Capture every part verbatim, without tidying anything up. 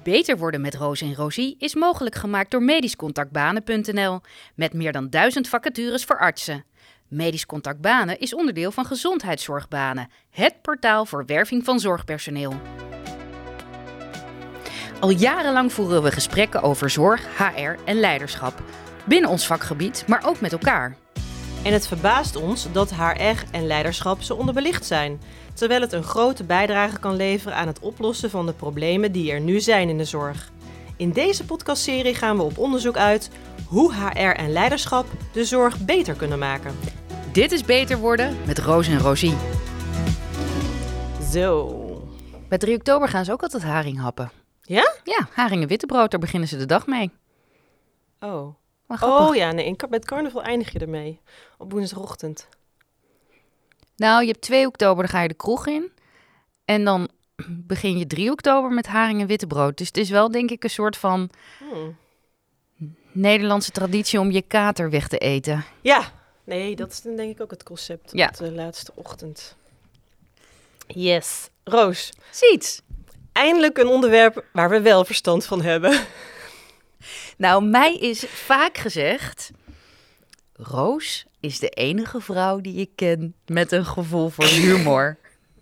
Beter worden met Roos en Rosie is mogelijk gemaakt door medisch contact banen punt n l met meer dan duizend vacatures voor artsen. Medisch Contact Banen is onderdeel van Gezondheidszorgbanen, het portaal voor werving van zorgpersoneel. Al jarenlang voeren we gesprekken over zorg, H R en leiderschap. Binnen ons vakgebied, maar ook met elkaar. En het verbaast ons dat H R en leiderschap zo onderbelicht zijn, terwijl het een grote bijdrage kan leveren aan het oplossen van de problemen die er nu zijn in de zorg. In deze podcastserie gaan we op onderzoek uit hoe H R en leiderschap de zorg beter kunnen maken. Dit is Beter worden met Roos en Rosie. Zo. Bij drie oktober gaan ze ook altijd haring happen. Ja? Ja, haring en wittebrood, daar beginnen ze de dag mee. Oh. Wat grappig. Oh ja, nee, in, met carnaval eindig je ermee. Op woensdagochtend. Nou, je hebt twee oktober, dan ga je de kroeg in. En dan begin je drie oktober met haring en wittebrood. Dus het is wel, denk ik, een soort van Hmm. Nederlandse traditie om je kater weg te eten. Ja, nee, dat is dan denk ik ook het concept Ja. op de laatste ochtend. Yes. Roos, Ziet. eindelijk een onderwerp waar we wel verstand van hebben. Nou, mij is vaak gezegd, Roos is de enige vrouw die ik ken met een gevoel voor humor.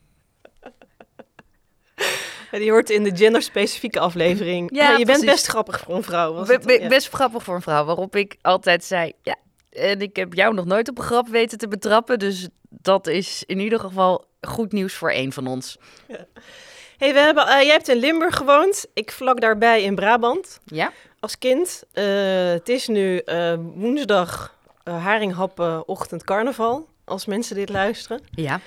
Die hoort in de genderspecifieke aflevering. Ja, Ja, je bent precies. best grappig voor een vrouw. Was Be- het? be- Ja. Best grappig voor een vrouw, waarop ik altijd zei, ja, en ik heb jou nog nooit op een grap weten te betrappen, dus dat is in ieder geval goed nieuws voor één van ons. Hey, we hebben, eh, jij hebt in Limburg gewoond. Ik vlak daarbij in Brabant Ja? als kind. Eh, het is nu eh, woensdag uh, haringhappen ochtend carnaval, als mensen dit luisteren. Ja.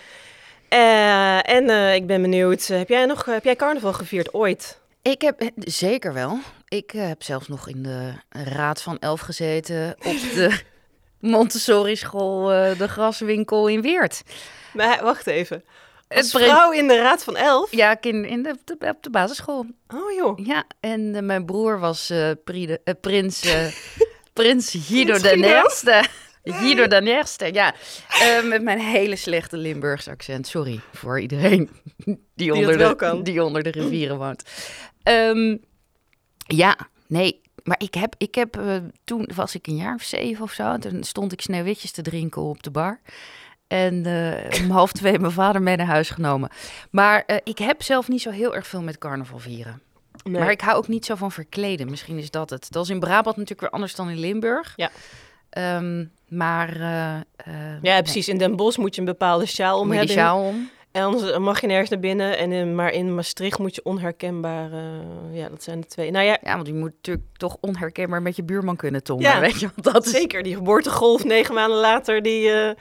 Eh, en uh, ik ben benieuwd, uh, heb jij nog heb jij carnaval gevierd ooit? Ik heb, zeker wel, ik uh, heb zelfs nog in de Raad van Elf gezeten op de Montessori school, uh, de graswinkel in Weert. Maar wacht even. Als Het vrouw in de Raad van Elf? Ja, ik in, in de, op, de, op de basisschool. Oh joh. Ja, en uh, mijn broer was uh, pride, uh, prins, uh, prins Guido Prins den Guido? Eerste. Guido den Eerste, ja. Uh, met mijn hele slechte Limburgs accent. Sorry voor iedereen die, onder, het wel de, kan. die onder de rivieren woont. Um, ja, nee, maar ik heb, ik heb uh, toen was ik een jaar of zeven of zo. Toen stond ik sneeuwwitjes te drinken op de bar. En uh, om half twee mijn vader mee naar huis genomen. Maar uh, ik heb zelf niet zo heel erg veel met carnaval vieren. Nee. Maar ik hou ook niet zo van verkleden. Misschien is dat het. Dat is in Brabant natuurlijk weer anders dan in Limburg. Ja. Um, maar... Uh, uh, Ja, precies. In Den Bosch moet je een bepaalde sjaal om Moet je hebben. die sjaal om? En anders mag je nergens naar binnen. En in, maar in Maastricht moet je onherkenbaar... Uh, ja, dat zijn de twee. Nou ja, Ja, want je moet natuurlijk toch onherkenbaar met je buurman kunnen tongen. Ja, weet je wat dat is? zeker. Die geboortegolf negen maanden later, die, uh,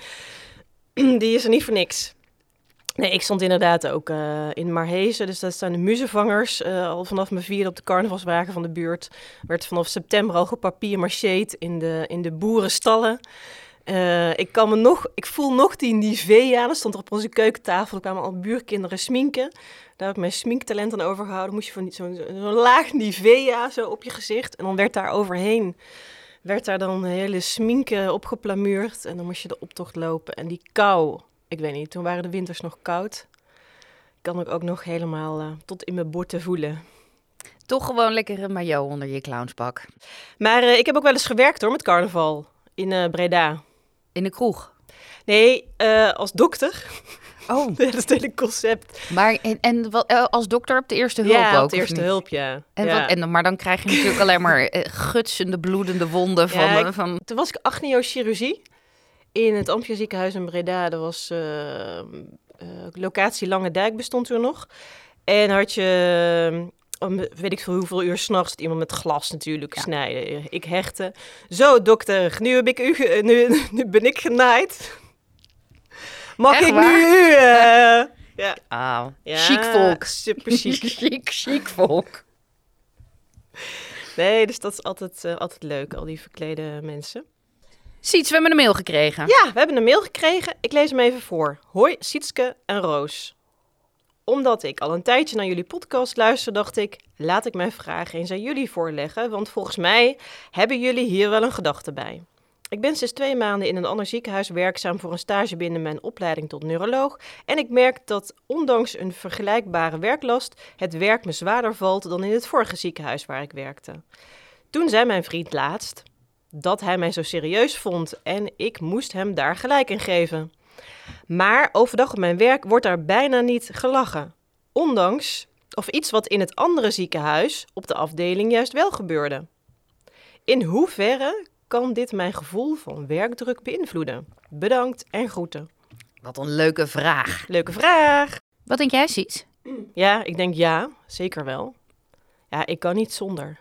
die is er niet voor niks. Nee, ik stond inderdaad ook uh, in Marhezen. Dus dat staan de muzenvangers. Uh, al vanaf mijn vierde op de carnavalswagen van de buurt. Werd vanaf september al gepapier-macheed in de, in de boerenstallen. Uh, ik kan me nog, ik voel nog die Nivea. Dat stond er op onze keukentafel. Er kwamen al buurkinderen sminken. Daar heb ik mijn sminktalent aan overgehouden. Moest je van zo'n zo, zo laag Nivea zo op je gezicht. En dan werd daar overheen, werd daar dan een hele sminke opgeplamuurd. En dan moest je de optocht lopen. En die kou, ik weet niet, toen waren de winters nog koud. Kan ik ook nog helemaal uh, tot in mijn botten voelen. Toch gewoon lekker een maillot onder je clownspak. Maar uh, ik heb ook wel eens gewerkt hoor, met carnaval in uh, Breda. In de kroeg. Nee, uh, als dokter. Oh. Dat is het hele concept. Maar en, en wat, als dokter op de eerste hulp ja, ook? op de of eerste niet? hulp, ja. En ja. wat, en, maar dan krijg je natuurlijk alleen maar uh, gutsende, bloedende wonden van... Ja, uh, ik- van Toen was ik achtneochirurgie in het Ampia ziekenhuis in Breda. Dat was uh, uh, locatie Lange Dijk bestond toen nog. En had je, um, weet ik veel hoeveel uur 's nachts, iemand met glas natuurlijk Ja. snijden. Ik hechtte. Zo dokter, nu, heb ik u ge- nu, nu ben ik genaaid. Mag Echt ik waar? nu u? Uh, ja. ah, Ja, chic volk. Super chic. chic, chic volk. Nee, dus dat is altijd, uh, altijd leuk, al die verklede mensen. Siets, we hebben een mail gekregen. Ja, we hebben een mail gekregen. Ik lees hem even voor. Hoi, Sietske en Roos. Omdat ik al een tijdje naar jullie podcast luister, dacht ik, laat ik mijn vraag eens aan jullie voorleggen, want volgens mij hebben jullie hier wel een gedachte bij. Ik ben sinds twee maanden in een ander ziekenhuis werkzaam voor een stage binnen mijn opleiding tot neuroloog. En ik merk dat ondanks een vergelijkbare werklast het werk me zwaarder valt dan in het vorige ziekenhuis waar ik werkte. Toen zei mijn vriend laatst dat hij mij zo serieus vond en ik moest hem daar gelijk in geven. Maar overdag op mijn werk wordt daar bijna niet gelachen. Ondanks, of iets wat in het andere ziekenhuis op de afdeling juist wel gebeurde. In hoeverre kan dit mijn gevoel van werkdruk beïnvloeden? Bedankt en groeten. Wat een leuke vraag. Leuke vraag. Wat denk jij, Siets? Ja, ik denk ja, zeker wel. Ja, ik kan niet zonder.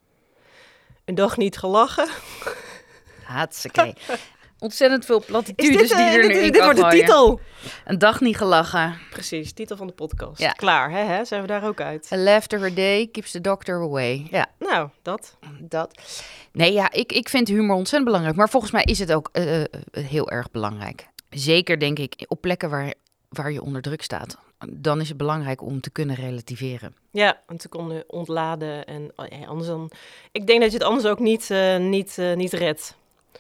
Een dag niet gelachen. Hartstikke. Ontzettend veel Is platitudes dit, die uh, er dit, nu in dit wordt de kan gooien. titel. Een dag niet gelachen. Precies, titel van de podcast. Ja. Klaar, hè, hè? Zijn we daar ook uit? A laughter a day keeps the doctor away. Ja, Nou, dat. dat. Nee, ja, ik, ik vind humor ontzettend belangrijk. Maar volgens mij is het ook uh, uh, heel erg belangrijk. Zeker, denk ik, op plekken waar, waar je onder druk staat. Dan is het belangrijk om te kunnen relativeren. Ja, en te kunnen ontladen. En oh, ja, anders dan. Ik denk dat je het anders ook niet, uh, niet, uh, niet redt.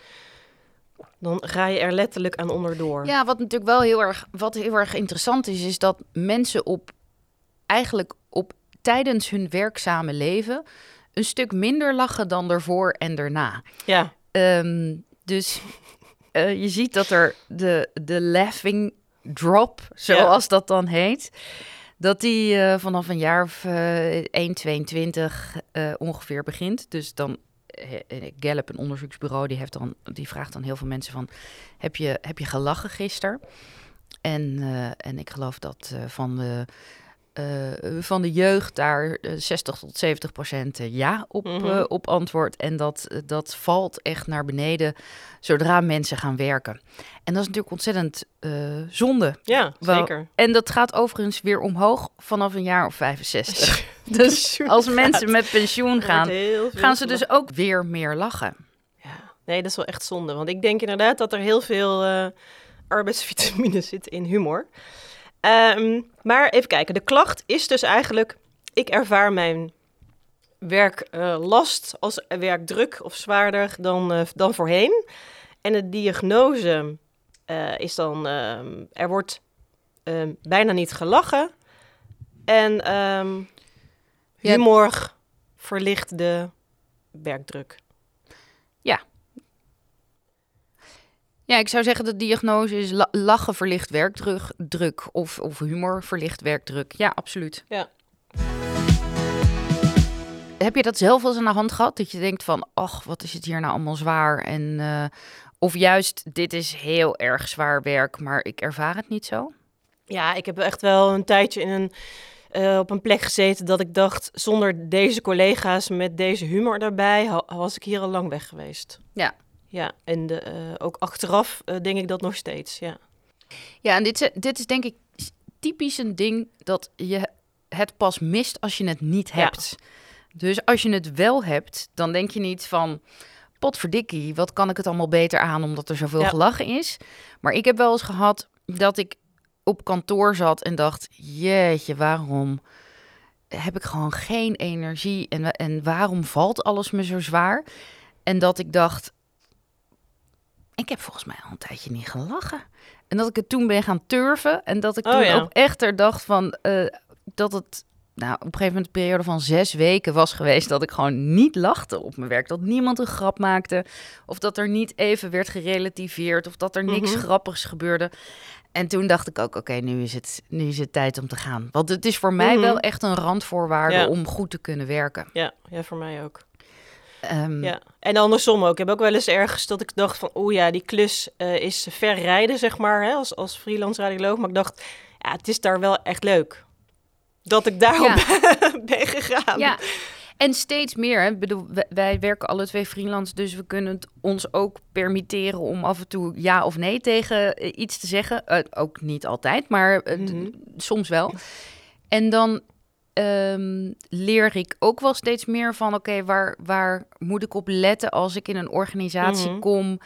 Dan ga je er letterlijk aan onderdoor. Ja, wat natuurlijk wel heel erg, wat heel erg interessant is, is dat mensen op eigenlijk op tijdens hun werkzame leven een stuk minder lachen dan ervoor en daarna. Ja. Um, dus uh, je ziet dat er de, de laughing drop, zoals ja. dat dan heet, dat die uh, vanaf een jaar of uh, één, tweeëntwintig uh, ongeveer begint. Dus dan uh, Gallup, een onderzoeksbureau, die, heeft dan, die vraagt dan heel veel mensen van, heb je, heb je gelachen gisteren? En, uh, en ik geloof dat uh, van de Uh, van de jeugd daar uh, zestig tot zeventig procent ja op, mm-hmm. uh, op antwoord. En dat, uh, dat valt echt naar beneden zodra mensen gaan werken. En dat is natuurlijk ontzettend uh, zonde. Ja, Wel, zeker. En dat gaat overigens weer omhoog vanaf een jaar of vijfenzestig. Dus als mensen met pensioen gaan, gaan ze dus ook weer meer lachen. Ja, nee, dat is wel echt zonde. Want ik denk inderdaad dat er heel veel uh, arbeidsvitamine zit in humor. Um, maar even kijken, de klacht is dus eigenlijk, ik ervaar mijn werklast uh, als werkdruk of zwaarder dan, uh, dan voorheen. En de diagnose uh, is dan, uh, er wordt uh, bijna niet gelachen en um, humor ja. verlicht de werkdruk. Ja. Ja, ik zou zeggen dat de diagnose is la- lachen verlicht werkdruk druk, of, of humor verlicht werkdruk. Ja, absoluut. Ja. Heb je dat zelf wel eens aan de hand gehad? Dat je denkt van, ach, wat is het hier nou allemaal zwaar? En, uh, of juist, dit is heel erg zwaar werk, maar ik ervaar het niet zo? Ja, ik heb echt wel een tijdje in een, uh, op een plek gezeten dat ik dacht, zonder deze collega's met deze humor daarbij, ha- was ik hier al lang weg geweest. Ja. Ja, en de, uh, ook achteraf uh, denk ik dat nog steeds, ja. Ja, en dit is, dit is denk ik typisch een ding dat je het pas mist als je het niet hebt. Ja. Dus als je het wel hebt, dan denk je niet van, potverdikkie, wat kan ik het allemaal beter aan omdat er zoveel ja. gelachen is. Maar ik heb wel eens gehad dat ik op kantoor zat en dacht, jeetje, waarom heb ik gewoon geen energie en, en waarom valt alles me zo zwaar? En dat ik dacht, ik heb volgens mij al een tijdje niet gelachen. En dat ik het toen ben gaan turven. En dat ik toen oh, ja. ook echt er dacht van, uh, dat het nou, op een gegeven moment een periode van zes weken was geweest dat ik gewoon niet lachte op mijn werk. Dat niemand een grap maakte. Of dat er niet even werd gerelativeerd. Of dat er niks mm-hmm. grappigs gebeurde. En toen dacht ik ook, oké, okay, nu is het, nu is het tijd om te gaan. Want het is voor mij mm-hmm. wel echt een randvoorwaarde ja. om goed te kunnen werken. Ja, ja, voor mij ook. Um, ja, en andersom ook. Ik heb ook wel eens ergens dat ik dacht van, oeh ja, die klus uh, is ver rijden, zeg maar, hè, als, als freelance radioloog. Maar ik dacht, ja, het is daar wel echt leuk. Dat ik daarop ja. ben gegaan. Ja, en steeds meer. Hè. Ik bedoel, wij, wij werken alle twee freelance, dus we kunnen het ons ook permitteren om af en toe ja of nee tegen uh, iets te zeggen. Uh, ook niet altijd, maar uh, mm-hmm. d- soms wel. En dan Um, leer ik ook wel steeds meer van, oké, okay, waar, waar moet ik op letten als ik in een organisatie mm-hmm. kom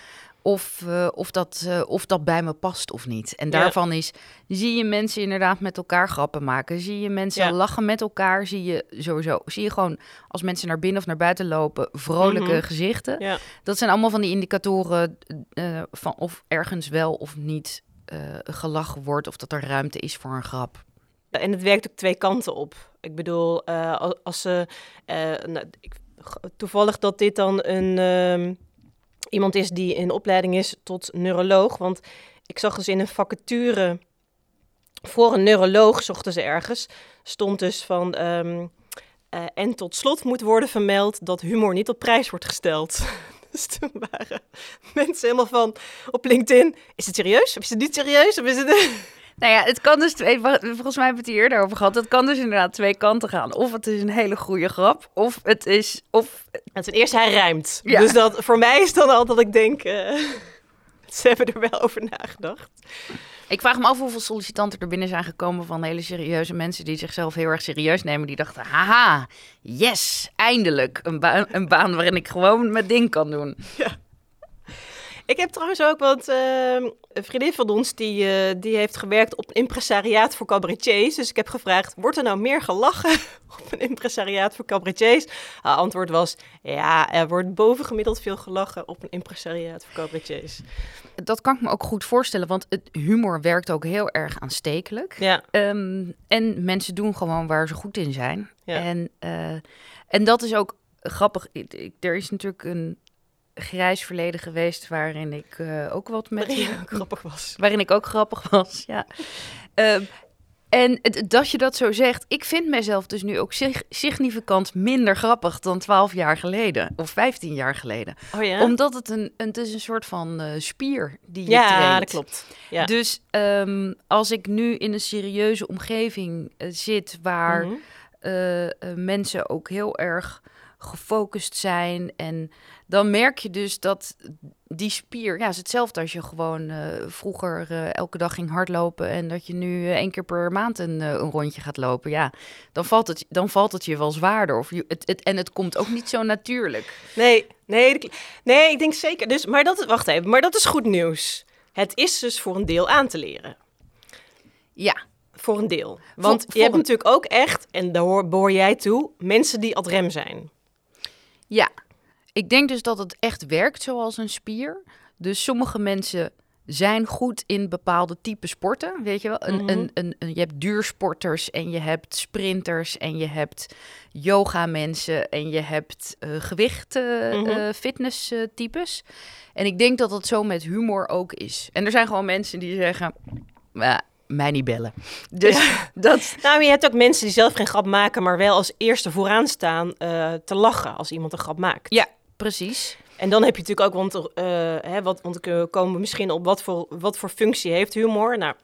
of, uh, of, dat, uh, of dat bij me past of niet. En daarvan ja. is, zie je mensen inderdaad met elkaar grappen maken. Zie je mensen ja. lachen met elkaar. Zie je sowieso, zie je gewoon als mensen naar binnen of naar buiten lopen, vrolijke mm-hmm. gezichten. Ja. Dat zijn allemaal van die indicatoren uh, van of ergens wel of niet uh, gelachen wordt. Of dat er ruimte is voor een grap. En het werkt ook twee kanten op. Ik bedoel, uh, als ze... Uh, nou, ik, toevallig dat dit dan een... Uh, iemand is die in opleiding is tot neuroloog. Want ik zag dus in een vacature voor een neuroloog, zochten ze ergens, stond dus van... Um, uh, en tot slot moet worden vermeld dat humor niet op prijs wordt gesteld. Dus toen waren mensen helemaal van op LinkedIn, is het serieus? Of is het niet serieus? Of is het... Nou ja, het kan dus twee, volgens mij hebben we het hier eerder over gehad. Het kan dus inderdaad twee kanten gaan. Of het is een hele goede grap, of het is... Of... En ten eerste, hij rijmt. Ja. Dus dat, voor mij is dan al dat ik denk, uh, ze hebben er wel over nagedacht. Ik vraag me af hoeveel sollicitanten er binnen zijn gekomen van hele serieuze mensen die zichzelf heel erg serieus nemen. Die dachten, haha, yes, eindelijk een, ba- een baan waarin ik gewoon mijn ding kan doen. Ja. Ik heb trouwens ook, want uh, een vriendin van ons die, uh, die heeft gewerkt op een impresariaat voor cabaretiers. Dus ik heb gevraagd, wordt er nou meer gelachen op een impresariaat voor cabaretiers? Haar antwoord was, ja, er wordt bovengemiddeld veel gelachen op een impresariaat voor cabaretiers. Dat kan ik me ook goed voorstellen, want het humor werkt ook heel erg aanstekelijk. Ja. Um, en mensen doen gewoon waar ze goed in zijn. Ja. En, uh, en dat is ook grappig. Ik, ik, er is natuurlijk een grijs verleden geweest waarin ik uh, ook wat met... Waarin je ook grappig was. Waarin ik ook grappig was, ja. Um, en het, dat je dat zo zegt, ik vind mezelf dus nu ook sig- significant minder grappig dan twaalf jaar geleden. Of vijftien jaar geleden. Oh ja? Omdat het een, een, het is een soort van uh, spier die je ja, traint. Ja, dat klopt. Ja. Dus um, als ik nu in een serieuze omgeving uh, zit waar mm-hmm. uh, uh, mensen ook heel erg gefocust zijn en dan merk je dus dat die spier, ja, is hetzelfde als je gewoon uh, vroeger uh, elke dag ging hardlopen en dat je nu uh, één keer per maand een, uh, een rondje gaat lopen. Ja, dan valt het, dan valt het je wel zwaarder. Of je, het, het, en het komt ook niet zo natuurlijk. Nee, nee, nee, ik denk zeker. Dus, maar dat, wacht even, maar dat is goed nieuws. Het is dus voor een deel aan te leren. Ja. Voor een deel. Want voor, je hebt een... natuurlijk ook echt, en daar hoor, behoor jij toe, mensen die ad rem zijn. Ja. Ik denk dus dat het echt werkt zoals een spier. Dus sommige mensen zijn goed in bepaalde type sporten. Weet je wel, een, mm-hmm. een, een, een, je hebt duursporters en je hebt sprinters en je hebt yoga mensen en je hebt uh, gewicht uh, mm-hmm. uh, fitness uh, types. En ik denk dat dat zo met humor ook is. En er zijn gewoon mensen die zeggen, uh, mij niet bellen. Dus ja. dat... Nou, maar je hebt ook mensen die zelf geen grap maken, maar wel als eerste vooraan staan uh, te lachen als iemand een grap maakt. Ja. Precies. En dan heb je natuurlijk ook, want, uh, hè, wat, want we komen misschien op wat voor, wat voor functie heeft humor. Nou,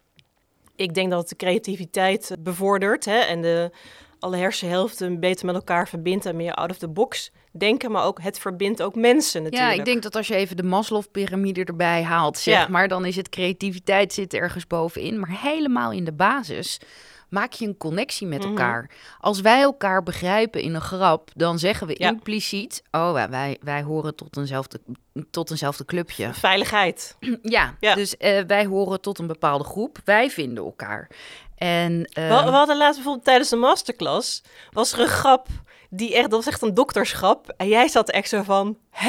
ik denk dat het de creativiteit bevordert, hè, en de, alle hersenhelften beter met elkaar verbindt en meer out of the box denken, maar ook het verbindt ook mensen natuurlijk. Ja, ik denk dat als je even de Maslow-pyramide erbij haalt, zeg ja. maar, dan is het creativiteit zit ergens bovenin, maar helemaal in de basis maak je een connectie met elkaar. Mm-hmm. Als wij elkaar begrijpen in een grap, dan zeggen we ja. impliciet, oh, wij, wij horen tot eenzelfde, tot eenzelfde clubje. Veiligheid. Ja, ja. dus uh, wij horen tot een bepaalde groep. Wij vinden elkaar. En, uh... we, we hadden laatst bijvoorbeeld tijdens de masterclass, was er een grap, die echt, dat was echt een doktersgrap. En jij zat echt zo van, hè?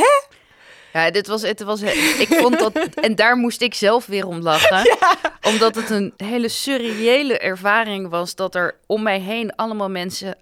Ja, dit was, het was, ik vond dat, en daar moest ik zelf weer om lachen. Ja. Omdat het een hele surreële ervaring was dat er om mij heen allemaal mensen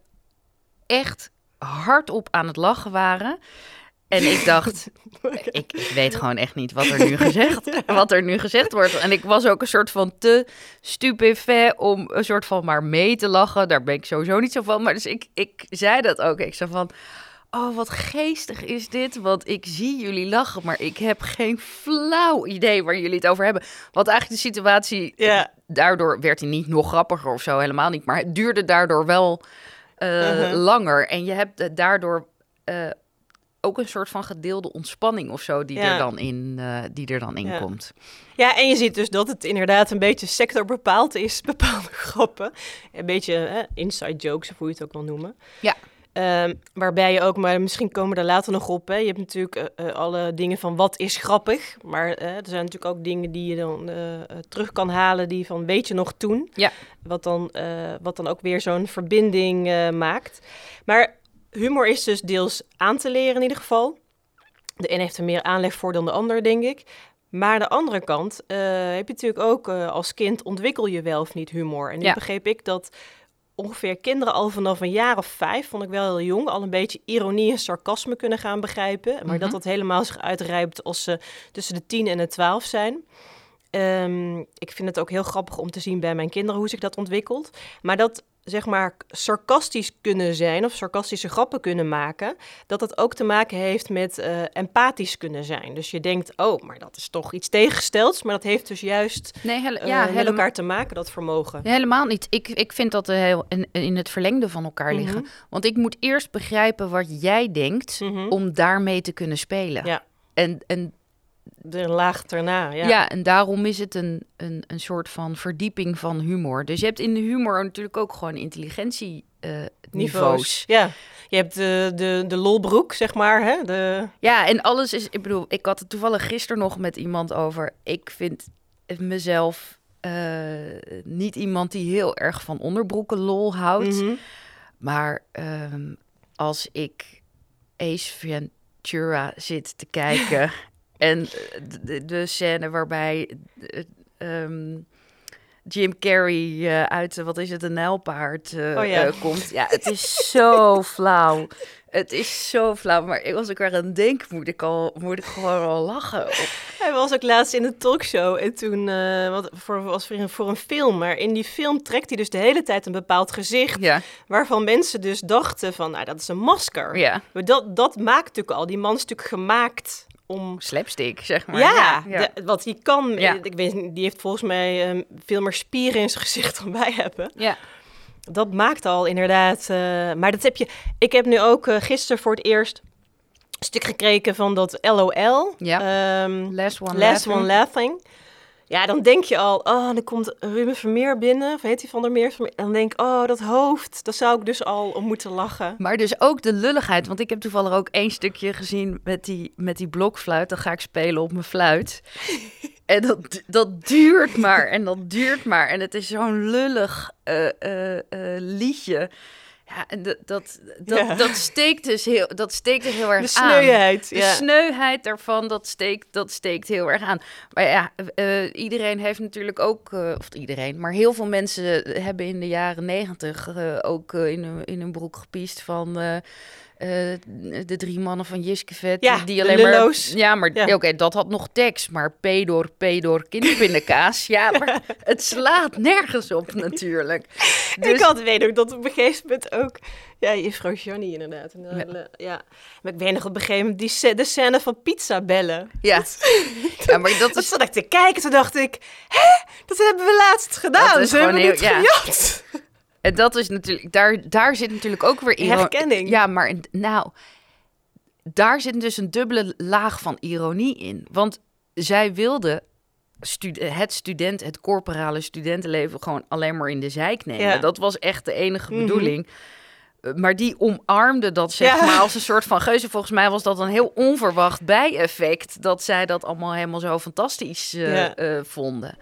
echt hardop aan het lachen waren. En ik dacht, ik, ik weet gewoon echt niet wat er nu gezegd, wat er nu gezegd wordt. En ik was ook een soort van te stupefait om een soort van maar mee te lachen. Daar ben ik sowieso niet zo van. Maar dus ik, ik zei dat ook. Ik zei van, oh, wat geestig is dit, want ik zie jullie lachen, maar ik heb geen flauw idee waar jullie het over hebben. Want eigenlijk de situatie, yeah. daardoor werd hij niet nog grappiger of zo, helemaal niet. Maar het duurde daardoor wel uh, uh-huh. langer. En je hebt daardoor uh, ook een soort van gedeelde ontspanning of zo die, ja. er, dan in, uh, die er dan in ja. komt. Ja, en je ziet dus dat het inderdaad een beetje sectorbepaald is, bepaalde grappen. Een beetje eh, inside jokes, of hoe je het ook wil noemen. Ja. Um, waarbij je ook, maar misschien komen we daar later nog op. Hè. Je hebt natuurlijk uh, uh, alle dingen van wat is grappig. Maar uh, er zijn natuurlijk ook dingen die je dan uh, terug kan halen. Die van weet je nog toen. Ja. Wat dan, uh, wat dan ook weer zo'n verbinding uh, maakt. Maar humor is dus deels aan te leren in ieder geval. De een heeft er meer aanleg voor dan de ander, denk ik. Maar aan de andere kant uh, heb je natuurlijk ook uh, als kind ontwikkel je wel of niet humor. En nu ja. begreep ik dat ongeveer kinderen al vanaf een jaar of vijf, vond ik wel heel jong, al een beetje ironie en sarcasme kunnen gaan begrijpen. Maar mm-hmm. dat dat helemaal zich uitrijpt als ze tussen de tien en de twaalf zijn. Um, ik vind het ook heel grappig om te zien bij mijn kinderen hoe zich dat ontwikkelt. Maar dat, zeg maar, sarcastisch kunnen zijn of sarcastische grappen kunnen maken, dat dat ook te maken heeft met uh, empathisch kunnen zijn. Dus je denkt, oh, maar dat is toch iets tegenstelds, maar dat heeft dus juist nee, hele, uh, ja, met hele, elkaar te maken, dat vermogen. Nee, helemaal niet. Ik, ik vind dat uh, heel in, in het verlengde van elkaar liggen. Mm-hmm. Want ik moet eerst begrijpen wat jij denkt, mm-hmm. om daarmee te kunnen spelen. Ja. En, en de laag erna, ja. Ja, en daarom is het een, een, een soort van verdieping van humor. Dus je hebt in de humor natuurlijk ook gewoon intelligentie uh, niveaus. Ja, je hebt de, de, de lolbroek, zeg maar. Hè? De... Ja, en alles is... Ik bedoel, ik had het toevallig gisteren nog met iemand over. Ik vind mezelf uh, niet iemand die heel erg van onderbroeken lol houdt. Mm-hmm. Maar um, als ik Ace Ventura zit te kijken... En de, de scène waarbij uh, um, Jim Carrey uh, uit, wat is het, een nijlpaard uh, oh, ja. uh, komt. Ja, het is zo flauw. Het is zo flauw. Maar als ik eraan denk, moet ik, al, moet ik gewoon al lachen. Hij was ook laatst in een talkshow. En toen uh, wat, voor, was voor, een, voor een film. Maar in die film trekt hij dus de hele tijd een bepaald gezicht. Ja. Waarvan mensen dus dachten van, nou, dat is een masker. Ja. Maar dat, dat maakt natuurlijk al. Die man is natuurlijk gemaakt... om slapstick, zeg maar. Ja, ja. De, wat hij kan. Ja. Ik weet, die heeft volgens mij um, veel meer spieren in zijn gezicht dan wij hebben. Ja. Dat maakt al inderdaad... Uh, maar dat heb je... Ik heb nu ook uh, gisteren voor het eerst een stuk gekeken van dat L O L. Ja. Um, Last One Last Laughing. One Laughing. Ja, dan denk je al, oh, dan komt Ruben Vermeer binnen. Of heet hij Van der Meer? En dan denk ik, oh, dat hoofd. Daar zou ik dus al om moeten lachen. Maar dus ook de lulligheid. Want ik heb toevallig ook één stukje gezien met die, met die blokfluit. Dan ga ik spelen op mijn fluit. En dat, dat duurt maar en dat duurt maar. En het is zo'n lullig uh, uh, uh, liedje. Ja, en dat, dat, dat, ja. dat, steekt dus heel, dat steekt dus heel erg de sneuheid, aan. De ja. sneuheid daarvan, dat steekt, dat steekt heel erg aan. Maar ja, uh, iedereen heeft natuurlijk ook... Uh, of iedereen, maar heel veel mensen hebben in de jaren negentig... Uh, ook uh, in, hun, in hun broek gepiest van... Uh, Uh, de drie mannen van Jiskevet. Ja, die alleen lulloos. maar. Ja, maar ja. Oké, okay, dat had nog tekst. Maar pedor, pedor, kinderpindakaas. Ja, maar het slaat nergens op natuurlijk. Dus... Ik had weet ook dat op een gegeven moment ook. Ja, juffrouw Johnny inderdaad. En dan, ja. ja. Maar ik weet nog op een gegeven moment die, de scène van pizza bellen. Ja. ja maar dat is... Dat zat ik te kijken, toen dacht ik, hè, dat hebben we laatst gedaan. Dat is Ze gewoon hebben heel, het gejat. Ja. En dat is natuurlijk, daar, daar zit natuurlijk ook weer ironie. Herkenning. Ja, maar nou, daar zit dus een dubbele laag van ironie in. Want zij wilde stu- het student, het corporale studentenleven gewoon alleen maar in de zeik nemen. Ja. Dat was echt de enige mm-hmm. bedoeling. Maar die omarmde dat, zeg ja. maar, als een soort van geuze. Volgens mij was dat een heel onverwacht bijeffect, dat zij dat allemaal helemaal zo fantastisch uh, ja. uh, vonden.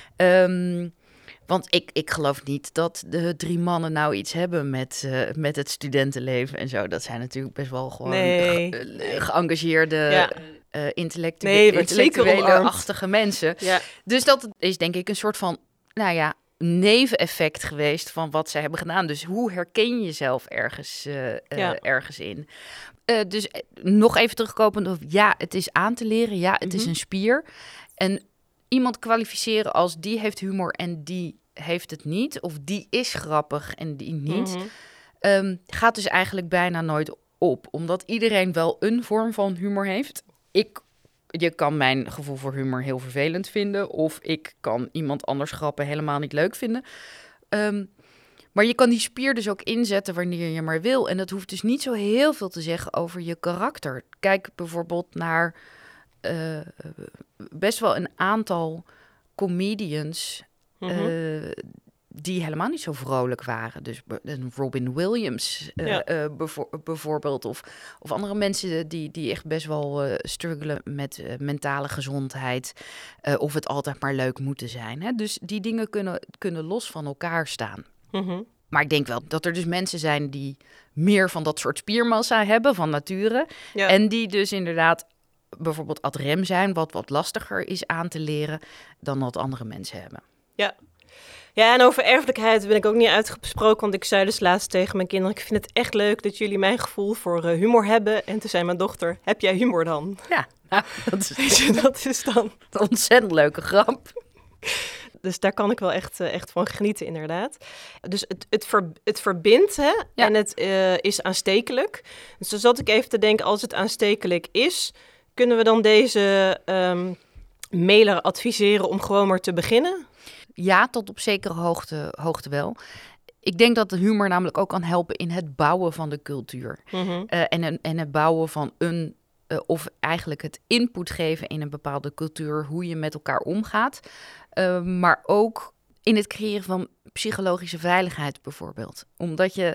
Um, Want ik, ik geloof niet dat de drie mannen nou iets hebben met, uh, met het studentenleven en zo. Dat zijn natuurlijk best wel gewoon nee. ge- geëngageerde, ja. uh, intellectu- nee, intellectuele-achtige mensen. Ja. Dus dat is denk ik een soort van, nou ja, neveneffect geweest van wat zij hebben gedaan. Dus hoe herken je jezelf ergens, uh, uh, ja. ergens in? Uh, dus nog even terugkomen op, ja, het is aan te leren. Ja, het mm-hmm. is een spier. En iemand kwalificeren als die heeft humor en die heeft het niet. Of die is grappig en die niet. Mm-hmm. Um, gaat dus eigenlijk bijna nooit op. Omdat iedereen wel een vorm van humor heeft. Ik, je kan mijn gevoel voor humor heel vervelend vinden. Of ik kan iemand anders grappen helemaal niet leuk vinden. Um, maar je kan die spier dus ook inzetten wanneer je maar wil. En dat hoeft dus niet zo heel veel te zeggen over je karakter. Kijk bijvoorbeeld naar... Uh, best wel een aantal comedians mm-hmm. uh, die helemaal niet zo vrolijk waren. Dus een Robin Williams uh, Ja. uh, bevo- bijvoorbeeld. Of, of andere mensen die, die echt best wel uh, struggelen met uh, mentale gezondheid. Uh, of het altijd maar leuk moeten zijn. Hè? Dus die dingen kunnen, kunnen los van elkaar staan. Mm-hmm. Maar ik denk wel dat er dus mensen zijn die meer van dat soort spiermassa hebben van nature. Ja. En die dus inderdaad bijvoorbeeld ad rem zijn, wat wat lastiger is aan te leren dan wat andere mensen hebben. Ja. Ja, en over erfelijkheid ben ik ook niet uitgesproken, want ik zei dus laatst tegen mijn kinderen, ik vind het echt leuk dat jullie mijn gevoel voor uh, humor hebben. En toen zei mijn dochter, heb jij humor dan? Ja, nou, dat is, Weet je, dat is dan een ontzettend leuke grap. Dus daar kan ik wel echt, uh, echt van genieten, inderdaad. Dus het, het, ver, het verbindt, hè? Ja. En het uh, is aanstekelijk. Dus dan zat ik even te denken, als het aanstekelijk is, kunnen we dan deze um, mailer adviseren om gewoon maar te beginnen? Ja, tot op zekere hoogte, hoogte wel. Ik denk dat de humor namelijk ook kan helpen in het bouwen van de cultuur. Mm-hmm. Uh, en, en het bouwen van een, uh, of eigenlijk het input geven in een bepaalde cultuur, hoe je met elkaar omgaat. Uh, maar ook in het creëren van psychologische veiligheid bijvoorbeeld. Omdat je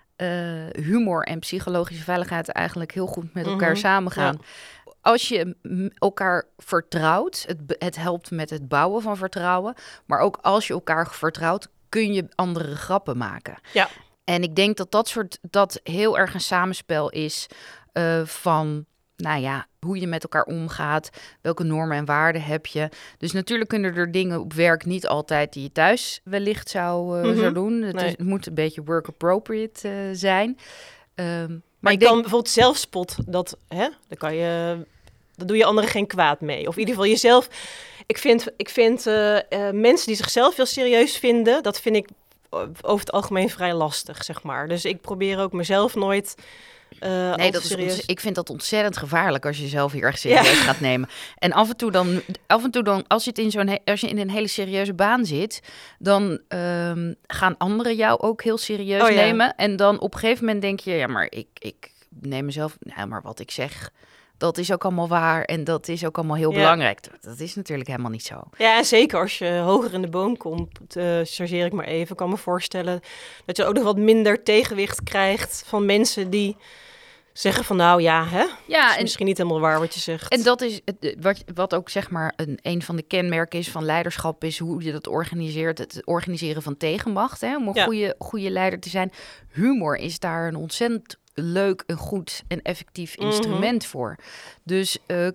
uh, humor en psychologische veiligheid eigenlijk heel goed met elkaar Mm-hmm. samengaan. Ja. Als je m- elkaar vertrouwt, het, het helpt met het bouwen van vertrouwen. Maar ook als je elkaar vertrouwt, kun je andere grappen maken. Ja. En ik denk dat dat soort dat heel erg een samenspel is uh, van, nou ja, hoe je met elkaar omgaat, welke normen en waarden heb je. Dus natuurlijk kunnen er dingen op werk niet altijd die je thuis wellicht zou, uh, Mm-hmm. zou doen. Het, Nee. is, het moet een beetje work appropriate uh, zijn. Um, Maar ik je denk, kan bijvoorbeeld zelfspot, dat, hè, dan kan je, dan doe je anderen geen kwaad mee. Of in ieder geval jezelf. Ik vind, ik vind uh, uh, mensen die zichzelf heel serieus vinden, dat vind ik over het algemeen vrij lastig, zeg maar. Dus ik probeer ook mezelf nooit uh, nee, dat is serieus... ont- ik vind dat ontzettend gevaarlijk als je jezelf heel erg serieus Ja. gaat nemen. En af en toe dan, af en toe dan als je het in zo'n, he- als je in een hele serieuze baan zit, dan um, gaan anderen jou ook heel serieus Oh, ja. nemen. En dan op een gegeven moment denk je, ja, maar ik, ik neem mezelf, nou, maar wat ik zeg, dat is ook allemaal waar en dat is ook allemaal heel Ja. belangrijk. Dat is natuurlijk helemaal niet zo. Ja, en zeker als je hoger in de boom komt, uh, chargeer ik maar even, kan me voorstellen dat je ook nog wat minder tegenwicht krijgt van mensen die zeggen van nou ja, hè? Ja, is en, misschien niet helemaal waar wat je zegt. en dat is het, wat, wat ook zeg maar een, een van de kenmerken is van leiderschap, is hoe je dat organiseert. Het organiseren van tegenmacht, hè, om een Ja. goede, goede leider te zijn. Humor is daar een ontzettend leuk, een goed en effectief instrument Mm-hmm. voor. Dus uh,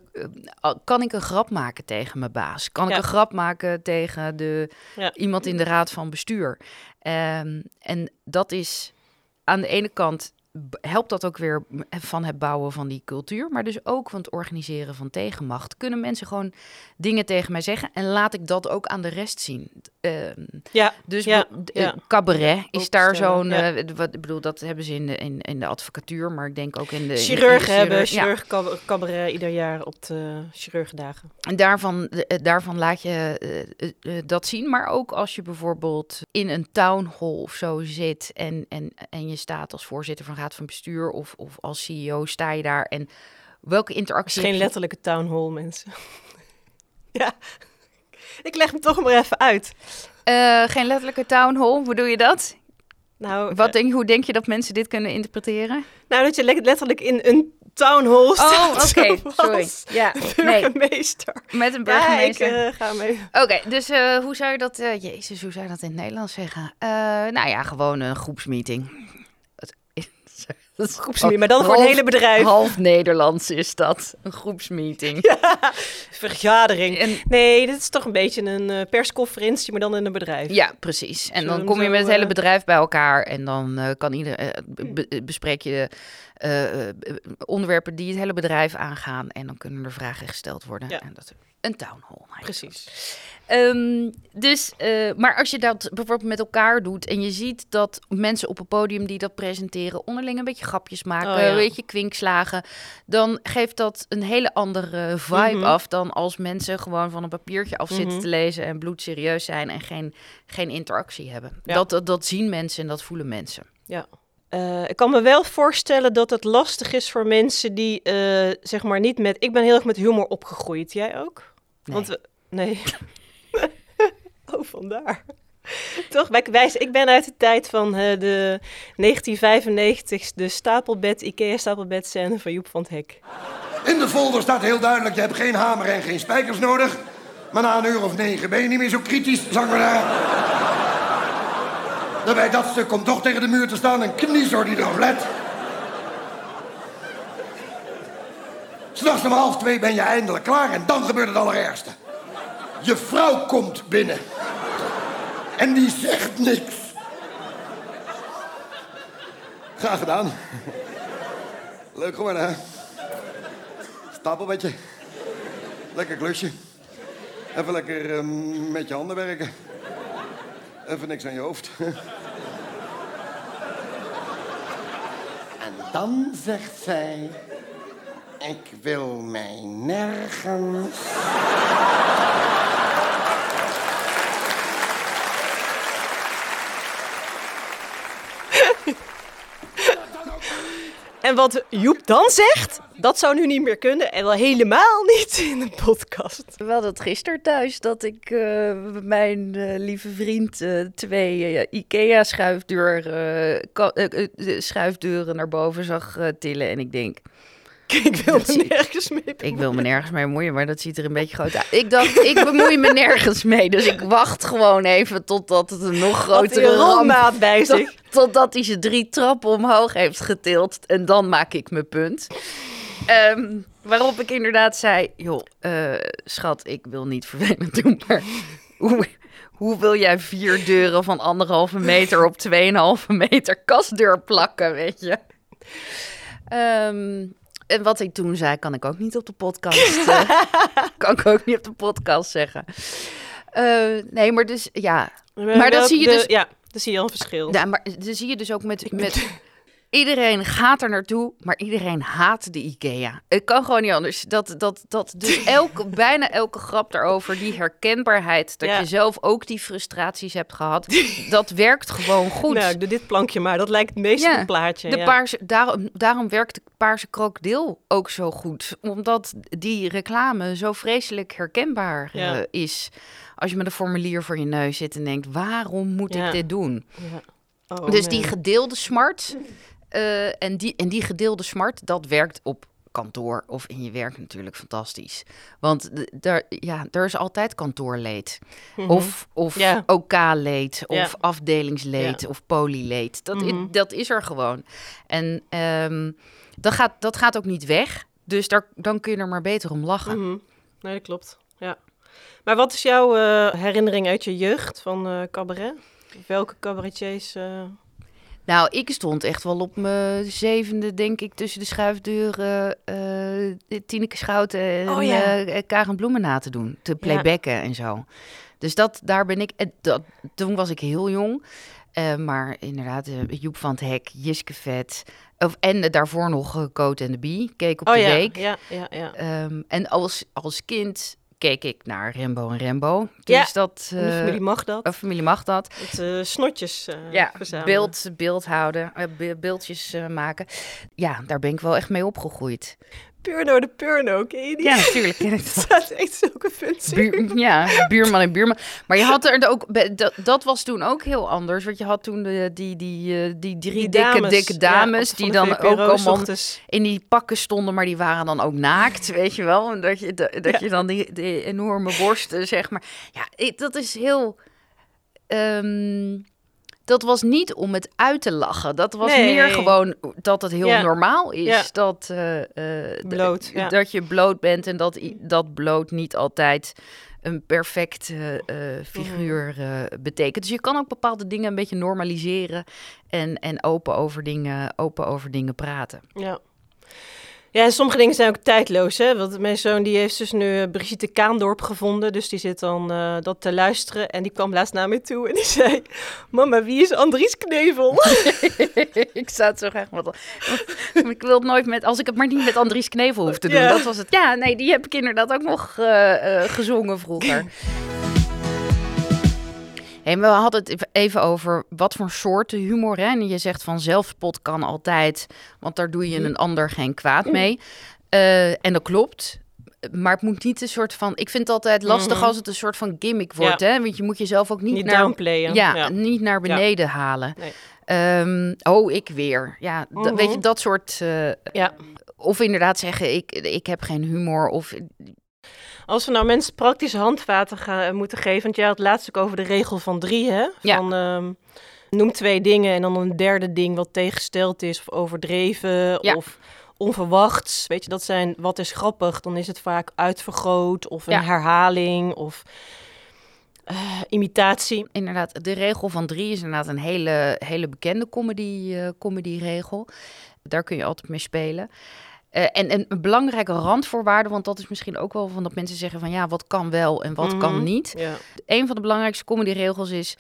kan ik een grap maken tegen mijn baas? Kan ik Ja. een grap maken tegen de, Ja. iemand in de raad van bestuur? Um, en dat is aan de ene kant helpt dat ook weer van het bouwen van die cultuur, maar dus ook van het organiseren van tegenmacht. Kunnen mensen gewoon dingen tegen mij zeggen en laat ik dat ook aan de rest zien? Uh, Ja, dus ja, be- ja. cabaret is daar zo'n, Ja. uh, wat ik bedoel, dat hebben ze in de, in, in de advocatuur, maar ik denk ook in de... Chirurgen in de hebben chirurg- chirurg cab- cabaret ieder jaar op de chirurgendagen. En daarvan, uh, daarvan laat je uh, uh, uh, dat zien. Maar ook als je bijvoorbeeld in een town hall of zo zit en, en, en je staat als voorzitter van raad van bestuur of, of als C E O sta je daar en welke Het interactie is geen heb je? letterlijke town hall, mensen. Ja, ik leg hem toch maar even uit. Uh, geen letterlijke town hall, hoe doe je dat? Nou, Wat uh, denk, hoe denk je dat mensen dit kunnen interpreteren? nou, dat je le- letterlijk in een town hall staat. Oh, oké, okay. sorry. Ja, nee, burgemeester. met een Ja, ik burgemeester. uh, ga mee. Oké, okay, dus uh, hoe zou je dat... Uh, jezus, hoe zou je dat in het Nederlands zeggen? Uh, nou ja, gewoon een groepsmeeting. Dat is een groepsmeeting, maar dan voor het hele bedrijf. Half Nederlands is dat, een groepsmeeting. Ja, vergadering. En, nee, dit is toch een beetje een uh, persconferentie, maar dan in een bedrijf. Ja, precies. En Zullen dan we kom je zo, met het hele uh, bedrijf bij elkaar en dan uh, kan ieder, uh, be- bespreek je uh, uh, onderwerpen die het hele bedrijf aangaan en dan kunnen er vragen gesteld worden. Ja. En dat, een town hall. Eigenlijk. Precies. Um, dus, uh, maar als je dat bijvoorbeeld met elkaar doet en je ziet dat mensen op een podium die dat presenteren onderling een beetje grapjes maken, Oh, ja. een beetje kwinkslagen, dan geeft dat een hele andere vibe Mm-hmm. af dan als mensen gewoon van een papiertje af zitten Mm-hmm. te lezen en bloedserieus zijn en geen, geen interactie hebben. Ja. Dat, dat, dat zien mensen en dat voelen mensen. Ja. Uh, ik kan me wel voorstellen dat het lastig is voor mensen die, uh, zeg maar, niet met... Ik ben heel erg met humor opgegroeid. Jij ook? Nee. Want we, nee. Oh, vandaar. Toch, wij, wij, ik ben uit de tijd van uh, de negentien vijfennegentig, de stapelbed, Ikea stapelbed scène van Joep van het Hek. In de folder staat heel duidelijk, je hebt geen hamer en geen spijkers nodig. Maar na een uur of negen ben je niet meer zo kritisch, zeg maar daar. Daarbij dat stuk komt toch tegen de muur te staan, een kniezoor die erop let. 'S Nachts om half twee ben je eindelijk klaar en dan gebeurt het allerergste. Je vrouw komt binnen. En die zegt niks. Graag gedaan. Leuk geworden, hè? Stapelbedje. Lekker klusje. Even lekker uh, met je handen werken. Even niks aan je hoofd. En dan zegt zij... Ik wil mij nergens... En wat Joep dan zegt, dat zou nu niet meer kunnen. En wel helemaal niet in een podcast. We hadden het gisteren thuis dat ik uh, mijn uh, lieve vriend uh, twee uh, Ikea-schuifdeur, uh, ka- uh, uh, schuifdeuren naar boven zag uh, tillen. En ik denk... Ik wil me ziet, nergens mee bemoeien. Ik wil me nergens mee bemoeien, maar dat ziet er een beetje groot uit. Ik dacht, ik bemoei me nergens mee. Dus ik wacht gewoon even totdat het een nog grotere ramp bij zich. Tot, totdat hij ze drie trappen omhoog heeft getild. En dan maak ik mijn punt. Um, waarop ik inderdaad zei, joh, uh, schat, ik wil niet vervelend doen, maar hoe, hoe wil jij vier deuren van anderhalve meter op tweeënhalve meter kastdeur plakken, weet je? Um, En wat ik toen zei, kan ik ook niet op de podcast. Uh, kan ik ook niet op de podcast zeggen. Uh, nee, maar dus ja. Maar, maar dat zie je de, dus. Ja, dan zie je al een verschil. Ja, maar dan zie je dus ook met. met iedereen gaat er naartoe, maar iedereen haat de Ikea. Het kan gewoon niet anders. Dat, dat, dat, dus elke, bijna elke grap daarover, die herkenbaarheid, dat ja. je zelf ook die frustraties hebt gehad, dat werkt gewoon goed. Nou, ik doe dit plankje maar, dat lijkt het meest ja, op een plaatje. De ja. paarse, daarom, daarom werkt de paarse krokodil ook zo goed. Omdat die reclame zo vreselijk herkenbaar ja. uh, is. Als je met een formulier voor je neus zit en denkt, waarom moet ja. ik dit doen? Ja. Oh, dus man. Die gedeelde smart... Uh, en, die, en die gedeelde smart, dat werkt op kantoor of in je werk natuurlijk fantastisch. Want d- daar, ja, er is altijd kantoorleed. Mm-hmm. Of, of yeah. O K-leed, of yeah. afdelingsleed, yeah. of polyleed. Dat, mm-hmm. i- dat is er gewoon. En um, dat, gaat, dat gaat ook niet weg. Dus daar, dan kun je er maar beter om lachen. Mm-hmm. Nee, dat klopt. Ja. Maar wat is jouw uh, herinnering uit je jeugd van uh, cabaret? Welke cabaretiers... Uh... Nou, ik stond echt wel op mijn zevende, denk ik, tussen de schuifdeuren uh, Tineke Schouten en oh, ja. uh, Karen Bloemen na te doen. Te playbacken ja. en zo. Dus dat, daar ben ik... Dat, toen was ik heel jong. Uh, maar inderdaad, uh, Joep van het Hek, Jiske Vet... Of, en uh, daarvoor nog uh, Coat en de Bie, keek op oh, de ja. week. Ja, ja, ja. Um, en als, als kind... keek ik naar Rembo en Rembo. Dus ja, dat, uh, de familie mag dat. Een familie mag dat. Het uh, snotjes uh, ja, verzamelen. Beeld, beeld houden, uh, beeldjes uh, maken. Ja, daar ben ik wel echt mee opgegroeid. Purno de Purno, ken je die? Ja, natuurlijk ken ik dat. Dat staat echt zulke functie. Buur, ja, buurman en buurman. Maar je had er ook... Dat, dat was toen ook heel anders. Want je had toen de, die, die, die drie die dikke, dames, dikke dames... Ja, die dan ook allemaal ochtends. In die pakken stonden... maar die waren dan ook naakt, weet je wel. En dat je, dat, dat ja. je dan die, die enorme borsten, zeg maar... Ja, ik, dat is heel... Um, dat was niet om het uit te lachen. Dat was nee. meer gewoon dat het heel ja. normaal is. Ja. Dat, uh, uh, bloot, d- ja. dat je bloot bent en dat dat bloot niet altijd een perfecte uh, figuur uh, betekent. Dus je kan ook bepaalde dingen een beetje normaliseren en, en open, over dingen, open over dingen praten. Ja. Ja, en sommige dingen zijn ook tijdloos, hè. Want mijn zoon die heeft dus nu Brigitte Kaandorp gevonden. Dus die zit dan uh, dat te luisteren. En die kwam laatst naar me toe en die zei... Mama, wie is Andries Knevel? Ik zou het zo graag... Wat, ik wil het nooit met... Als ik het maar niet met Andries Knevel hoef te doen. Ja. Dat was het. Ja, nee, die heb ik inderdaad ook nog uh, uh, gezongen vroeger. Hey, we hadden het even over wat voor soorten humor. Hè? En je zegt van zelfspot kan altijd, want daar doe je een ander geen kwaad mee. Uh, en dat klopt. maar het moet niet een soort van... Ik vind het altijd lastig Mm-hmm. als het een soort van gimmick wordt. Ja. Hè? Want je moet jezelf ook niet, Niet naar... downplayen. Ja, Ja. niet naar beneden halen. Nee. Ehm, oh, ik weer. Ja, d- Mhm. weet je, dat soort... eh, Ja. Of inderdaad zeggen, ik, ik heb geen humor. Of Als we nou mensen praktische handvaten gaan, moeten geven... want jij had het laatst ook over de regel van drie, hè? Ja. Van, ehm, noem twee dingen en dan een derde ding wat tegengesteld is... of overdreven Ja. of onverwachts. Weet je, dat zijn wat is grappig. Dan is het vaak uitvergroot of een Ja. herhaling of eh, imitatie. inderdaad, de regel van drie is inderdaad een hele, hele bekende comedy, eh comedy-regel. Daar kun je altijd mee spelen. Eh, en, en een belangrijke randvoorwaarde, want dat is misschien ook wel van dat mensen zeggen van ja, wat kan wel en wat Mhm. kan niet. Ja. Een van de belangrijkste comedy-regels is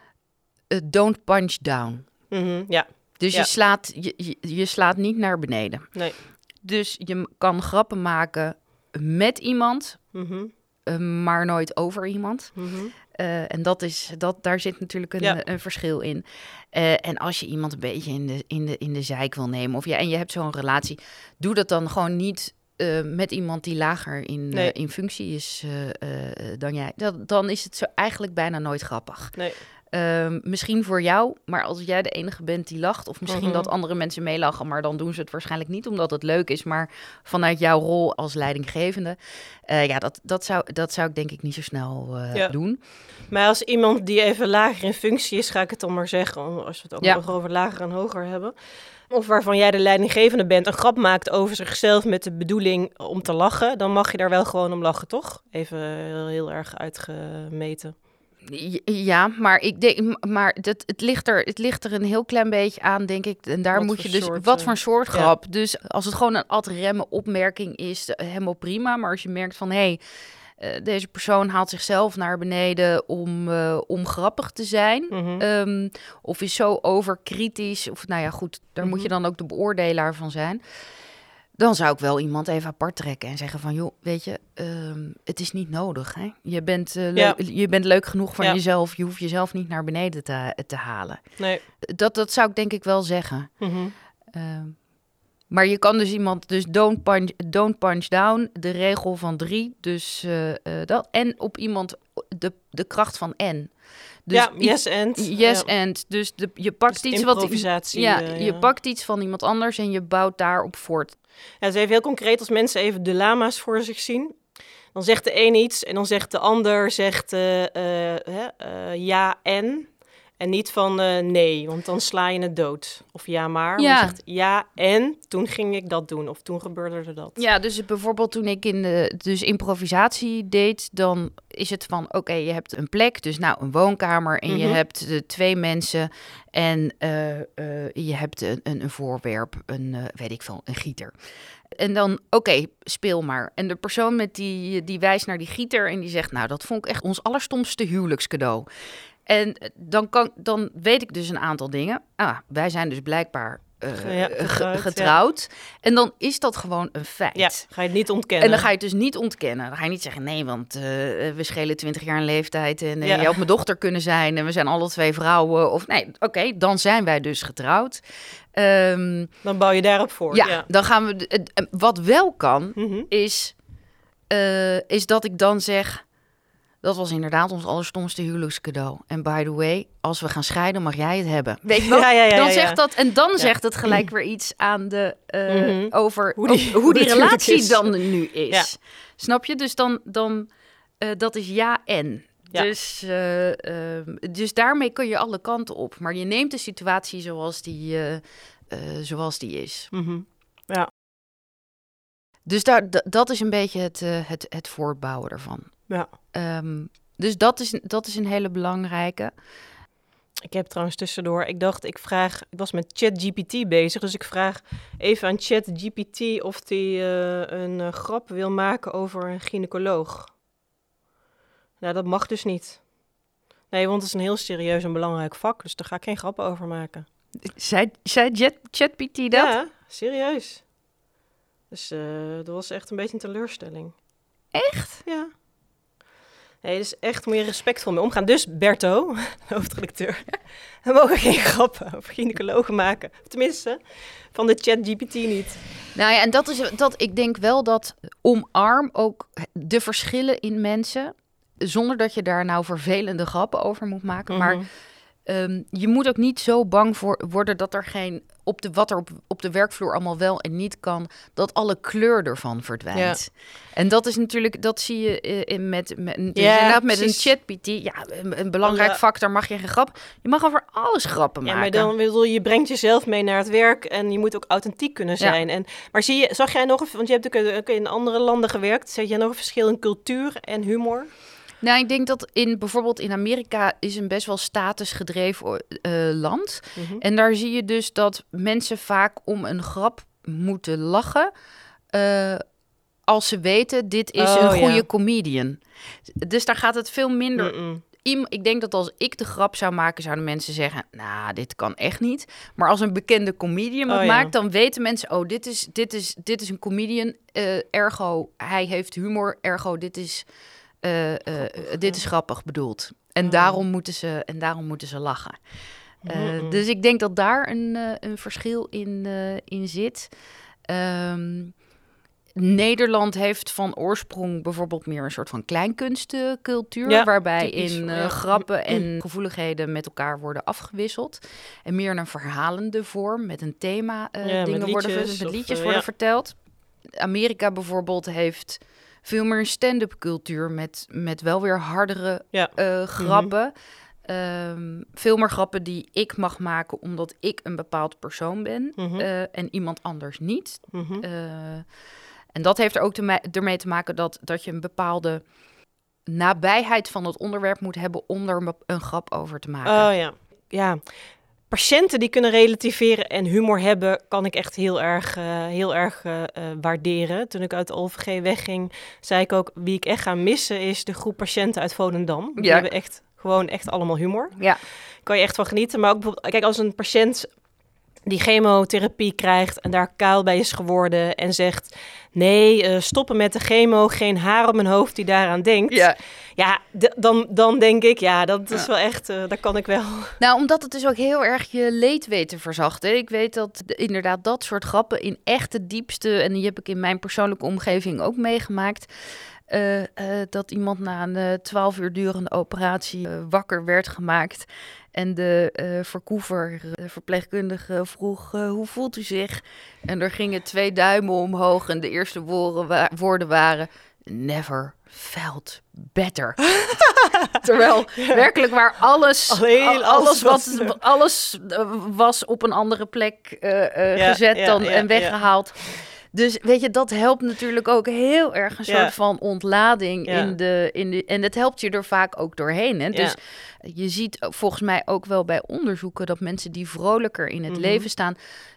eh, don't punch down. Mhm, ja, Dus Ja. je, slaat, je, je, je slaat niet naar beneden. nee. Dus je m- kan grappen maken met iemand, Mhm, eh, maar nooit over iemand. mhm. Eh, en dat is, dat, daar zit natuurlijk een, Ja. een verschil in. Eh, en als je iemand een beetje in de, in de, in de zeik wil nemen, of ja, en je hebt zo'n relatie, doe dat dan gewoon niet eh, met iemand die lager in, Nee. eh, in functie is eh, eh, dan jij. Dat, dan is het zo eigenlijk bijna nooit grappig. Nee. Ehm, misschien voor jou, maar als jij de enige bent die lacht, of misschien Mhm. dat andere mensen meelachen, maar dan doen ze het waarschijnlijk niet omdat het leuk is, maar vanuit jouw rol als leidinggevende. Eh, ja, dat, dat, zou, dat zou ik denk ik niet zo snel eh, Ja. doen. Maar als iemand die even lager in functie is, ga ik het dan maar zeggen, als we het ook Ja. nog over lager en hoger hebben. Of waarvan jij de leidinggevende bent, een grap maakt over zichzelf met de bedoeling om te lachen, dan mag je daar wel gewoon om lachen, toch? Even heel, heel erg uitgemeten. J- Ja, maar ik denk, maar dat, het, ligt er, het ligt er een heel klein beetje aan, denk ik. En daar Wat moet voor je dus soort, wat eh, voor een soort ja. grap. Dus als het gewoon een ad remme opmerking is, eh, helemaal prima. Maar als je merkt van hé, hey, eh, deze persoon haalt zichzelf naar beneden om, eh, om grappig te zijn. Mhm. Ehm, of is zo overkritisch. Of nou ja, goed, daar moet je Mhm. dan ook de beoordelaar van zijn. Dan zou ik wel iemand even apart trekken en zeggen van joh, weet je, ehm, het is niet nodig. Hè? Je, bent, eh, Ja. leuk, je bent leuk genoeg van Ja. jezelf. Je hoeft jezelf niet naar beneden te, te halen. Nee. Dat, dat zou ik denk ik wel zeggen. Mhm. Ehm, maar je kan dus iemand, dus don't punch, don't punch down, de regel van drie. Dus eh, eh, dat. En op iemand de, de kracht van en. Dus ja, i- yes and. Yes, ja. and. Dus de, je pakt Dus iets wat. improvisatie, Ja, eh, je ja. pakt iets van iemand anders en je bouwt daarop voort. Ja, dus even heel concreet, als mensen even de lama's voor zich zien, dan zegt de een iets en dan zegt de ander zegt eh, eh, hè, eh, ja en. En niet van eh, nee, want dan sla je het dood. Of ja maar. Ja. Maar je zegt ja en toen ging ik dat doen. Of toen gebeurde er dat. Ja, dus bijvoorbeeld toen ik in de dus improvisatie deed, dan is het van oké, je hebt een plek, dus nou een woonkamer en je Mhm. hebt de twee mensen en eh, eh, je hebt een, een, een voorwerp, een eh, weet ik veel, een gieter. En dan, oké, speel maar. En de persoon met die, die wijst naar die gieter en die zegt, nou, dat vond ik echt ons allerstomste huwelijkscadeau. En dan, kan, dan weet ik dus een aantal dingen. Ah, wij zijn dus blijkbaar eh, Ja, ge- getrouwd, getrouwd. En dan is dat gewoon een feit. Ja, ga je het niet ontkennen. En dan ga je het dus niet ontkennen. Dan ga je niet zeggen, nee, want eh, we schelen twintig jaar in leeftijd en eh, Ja. je had mijn dochter kunnen zijn en we zijn alle twee vrouwen. Of nee, oké, dan zijn wij dus getrouwd. Ehm, Dan bouw je daarop voor. ja, Ja. dan gaan we. de- eh, Wat wel kan, Mhm. is, eh, is dat ik dan zeg, dat was inderdaad ons allerstomste huwelijkscadeau. En by the way, als we gaan scheiden, mag jij het hebben. Weet je wel? Ja, ja, ja, dan ja, zegt ja. dat en dan Ja. zegt het gelijk weer iets aan de eh, Mhm. over Hoe die- hoe die, hoe hoe die het huwelijk relatie is. dan nu is. Ja. Snap je? Dus dan, dan eh, dat is ja en. Ja. Dus, eh, ehm, dus daarmee kun je alle kanten op. Maar je neemt de situatie zoals die, eh, eh, zoals die is. Mhm. Ja. Dus daar, d- dat is een beetje het, eh, het, het voortbouwen ervan. Ja. Ehm, dus dat is, dat is een hele belangrijke. Ik heb trouwens tussendoor, ik dacht, ik vraag, ik was met ChatGPT bezig, dus ik vraag even aan ChatGPT of die eh, een eh, grap wil maken over een gynaecoloog. Nou, dat mag dus niet. Nee, want het is een heel serieus en belangrijk vak, dus daar ga ik geen grappen over maken. Zei, zei Jet- ChatGPT dat? Ja, serieus. Dus eh, dat was echt een beetje een teleurstelling. Echt? Ja. Nee, dus echt moet je respectvol mee omgaan. Dus Berto, hoofdredacteur, we mogen geen grappen over gynaecologen maken. Tenminste, van de ChatGPT niet. Nou ja, en dat is dat. Ik denk wel dat omarm ook de verschillen in mensen, zonder dat je daar nou vervelende grappen over moet maken. Mm-hmm. Maar um, je moet ook niet zo bang voor worden dat er geen op de wat er op, op de werkvloer allemaal wel en niet kan, dat alle kleur ervan verdwijnt. Ja. En dat is natuurlijk, dat zie je in met, met, dus ja, inderdaad met precies. een ChatGPT. Ja, een, een belangrijk ja. factor mag je geen grap. Je mag over alles grappen maken. Ja, maar dan bedoel je brengt jezelf mee naar het werk en je moet ook authentiek kunnen zijn. Ja. En maar zie je, zag jij nog, want je hebt ook in andere landen gewerkt, zag jij nog een verschil in cultuur en humor? Nou, ik denk dat in bijvoorbeeld in Amerika is een best wel statusgedreven uh, land. Mm-hmm. En daar zie je dus dat mensen vaak om een grap moeten lachen Uh, als ze weten, dit is oh, een goede ja. comedian. Dus daar gaat het veel minder. Mm-mm. Ik denk dat als ik de grap zou maken, zouden mensen zeggen, nou, dit kan echt niet. Maar als een bekende comedian het oh, maakt, ja. dan weten mensen, oh, dit is, dit is, dit is een comedian. Uh, ergo, hij heeft humor. Ergo, dit is... Uh, uh, dit is grappig bedoeld. En, oh. daarom, moeten ze, en daarom moeten ze lachen. Uh, dus ik denk dat daar een, uh, een verschil in, uh, in zit. Um, Nederland heeft van oorsprong bijvoorbeeld meer een soort van kleinkunstcultuur, ja, waarbij typisch, in uh, ja. grappen en gevoeligheden met elkaar worden afgewisseld. En meer in een verhalende vorm, met een thema uh, ja, dingen met worden liedjes, met liedjes of, worden ja. verteld. Amerika bijvoorbeeld heeft veel meer een stand-up cultuur met, met wel weer hardere ja. uh, grappen. Mm-hmm. Um, veel meer grappen die ik mag maken omdat ik een bepaald persoon ben mm-hmm. uh, en iemand anders niet. Mm-hmm. Uh, en dat heeft er ook te ma- ermee te maken dat, dat je een bepaalde nabijheid van het onderwerp moet hebben om er een grap over te maken. Oh ja, ja. Patiënten die kunnen relativeren en humor hebben, kan ik echt heel erg, uh, heel erg uh, uh, waarderen. Toen ik uit de O V G wegging, zei ik ook, wie ik echt ga missen is de groep patiënten uit Volendam. Die ja. hebben echt gewoon echt allemaal humor. Ja. Kan je echt van genieten. Maar ook bijvoorbeeld, kijk, als een patiënt die chemotherapie krijgt en daar kaal bij is geworden en zegt, nee, uh, stoppen met de chemo, geen haar op mijn hoofd die daaraan denkt. Ja, ja d- dan, dan denk ik, ja, dat is ja. wel echt, uh, dat kan ik wel. Nou, omdat het dus ook heel erg je leed weet te verzachten. Ik weet dat de, inderdaad dat soort grappen in echt de diepste, en die heb ik in mijn persoonlijke omgeving ook meegemaakt, Uh, uh, dat iemand na een twaalf uh, uur durende operatie uh, wakker werd gemaakt. En de uh, verkoever, de verpleegkundige, vroeg, uh, hoe voelt u zich? En er gingen twee duimen omhoog en de eerste woorden, wa- woorden waren, never felt better. Terwijl ja. werkelijk waar alles, Alleen, alles, wat, was, alles was op een andere plek uh, uh, ja, gezet ja, dan, ja, en weggehaald. Ja. Dus weet je, dat helpt natuurlijk ook heel erg een soort ja. van ontlading ja. in, de, in de... En dat helpt je er vaak ook doorheen. Hè? Dus ja. je ziet volgens mij ook wel bij onderzoeken dat mensen die vrolijker in het mm-hmm. leven staan,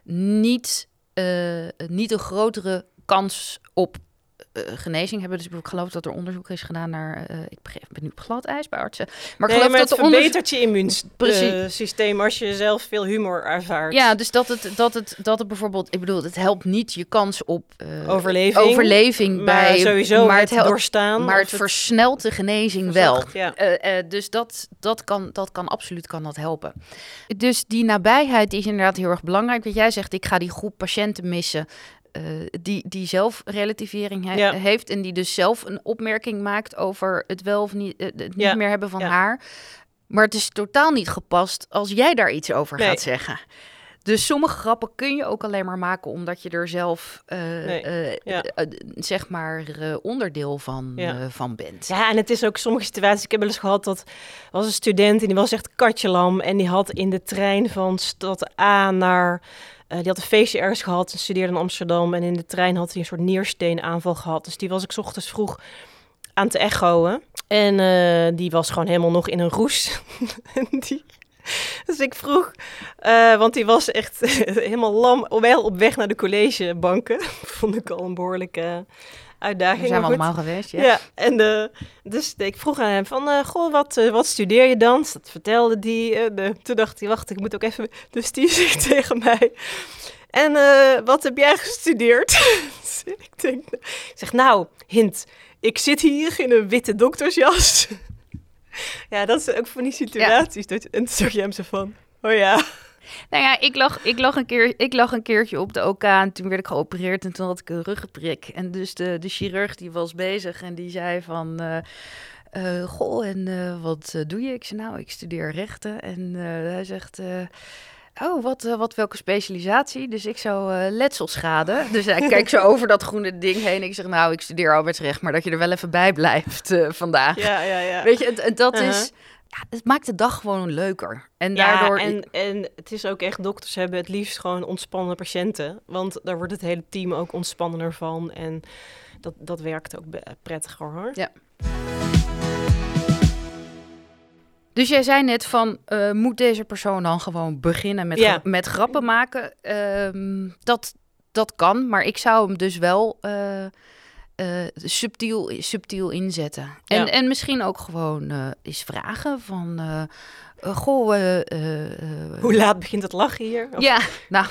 niet, uh, niet een grotere kans op uh, genezing hebben. Dus ik geloof dat er onderzoek is gedaan naar... Uh, ik ben nu op glad ijs bij artsen. Maar ik nee, geloof maar dat het verbetert je immuunsysteem uh, als je zelf veel humor ervaart. Ja, dus dat het, dat het, dat het bijvoorbeeld... Ik bedoel, het helpt niet je kans op uh, overleving, overleving maar bij... sowieso maar het, het helpt, doorstaan. Maar het, het versnelt de genezing verzacht, wel. Ja. Uh, uh, dus dat, dat, kan, dat kan absoluut kan dat helpen. Dus die nabijheid is inderdaad heel erg belangrijk. Wat jij zegt, ik ga die groep patiënten missen... Uh, die, die zelf relativering he- ja. heeft en die dus zelf een opmerking maakt over het wel of niet, uh, het niet ja. meer hebben van ja. haar. Maar het is totaal niet gepast als jij daar iets over nee. gaat zeggen. Dus sommige grappen kun je ook alleen maar maken omdat je er zelf, uh, nee. uh, ja. uh, uh, zeg maar, uh, onderdeel van, ja. uh, van bent. Ja, en het is ook sommige situaties. Ik heb wel eens gehad dat was een student en die was echt katjelam en die had in de trein van stad A naar... Uh, die had een feestje ergens gehad en studeerde in Amsterdam. En in de trein had hij een soort niersteenaanval gehad. Dus die was ik 's ochtends vroeg aan het echoen. En uh, die was gewoon helemaal nog in een roes. die... Dus ik vroeg, uh, want die was echt helemaal lam. Wel op weg naar de collegebanken. Vond ik al een behoorlijke uitdaging. We zijn we allemaal geweest, ja. Ja, en uh, dus ik vroeg aan hem van, uh, goh, wat, uh, wat studeer je dan? Dat vertelde die. Uh, de, toen dacht hij, wacht, ik moet ook even... Dus die zegt tegen mij, en uh, wat heb jij gestudeerd? ik, denk, ik zeg, nou, hint, ik zit hier in een witte doktersjas. Ja, dat is ook van die situaties. Ja. Dat, en toen zag je hem zo van, oh ja. Nou ja, ik lag, ik, lag een keer, ik lag een keertje op de O K en toen werd ik geopereerd en toen had ik een ruggenprik. En dus de, de chirurg die was bezig en die zei van... Uh, uh, goh, en uh, wat uh, doe je? Ik zei, nou, ik studeer rechten. En uh, hij zegt... Uh, Oh, wat, uh, wat welke specialisatie? Dus ik zou uh, letselschade. Dus hij kijkt zo over dat groene ding heen. Ik zeg, nou, ik studeer arbeidsrecht, maar dat je er wel even bij blijft uh, vandaag. Ja, ja, ja. Weet je, en, dat uh-huh. is... Ja, het maakt de dag gewoon leuker. En ja, daardoor... en, en het is ook echt, dokters hebben het liefst gewoon ontspannen patiënten. Want daar wordt het hele team ook ontspannender van. En dat, dat werkt ook prettiger, hoor. Ja. Dus jij zei net van, uh, moet deze persoon dan gewoon beginnen met, ja. gra- met grappen maken? Uh, dat, dat kan, maar ik zou hem dus wel uh, uh, subtiel, subtiel inzetten. En, ja. en misschien ook gewoon uh, eens vragen van... Uh, uh, goh, uh, uh, uh, hoe laat begint het lachen hier? Of... Ja, nou...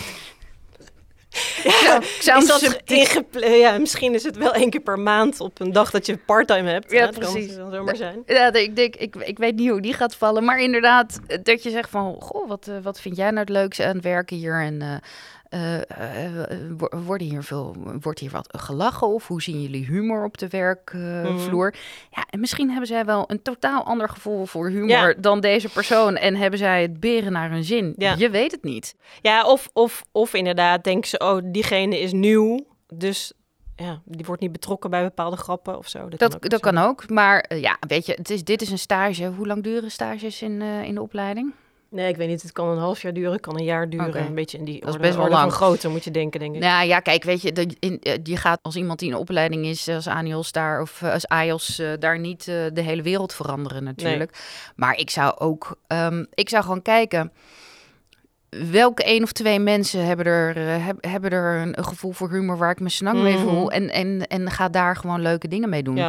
Ja, zou, ik zou is dat subtiel... ingepl- ja, misschien is het wel één keer per maand op een dag dat je part-time hebt. Ja, ja, dat precies. kan zomaar zijn. Ja, ik denk, ik, ik weet niet hoe die gaat vallen. Maar inderdaad, dat je zegt van... Goh, wat, uh, wat vind jij nou het leukste aan het werken hier? En uh, uh, uh, worden hier veel, wordt hier wat gelachen? Of hoe zien jullie humor op de werkvloer? Uh, mm. Ja, en misschien hebben zij wel een totaal ander gevoel voor humor... Ja. dan deze persoon. En hebben zij het beren naar hun zin. Ja. Je weet het niet. Ja, of, of, of inderdaad denken ze... oh, diegene is nieuw, dus... Ja, die wordt niet betrokken bij bepaalde grappen of zo. Dat, dat, kan, ook dat kan ook. Maar uh, ja, weet je, het is, dit is een stage. Hoe lang duren stages in, uh, in de opleiding? Nee, ik weet niet. Het kan een half jaar duren, het kan een jaar duren. Okay. Een beetje in die dat orde, is best wel lang. Van grootte moet je denken, denk ik. Nou ja, kijk, weet je, de, in, je gaat als iemand die in een opleiding is als A N I O S daar of als A I O S uh, daar niet uh, de hele wereld veranderen natuurlijk. Nee. Maar ik zou ook, um, ik zou gewoon kijken. Welke één of twee mensen hebben er, uh, heb, hebben er een, een gevoel voor humor waar ik me snang mee voel? Mm-hmm. En, en, en ga daar gewoon leuke dingen mee doen. Ja.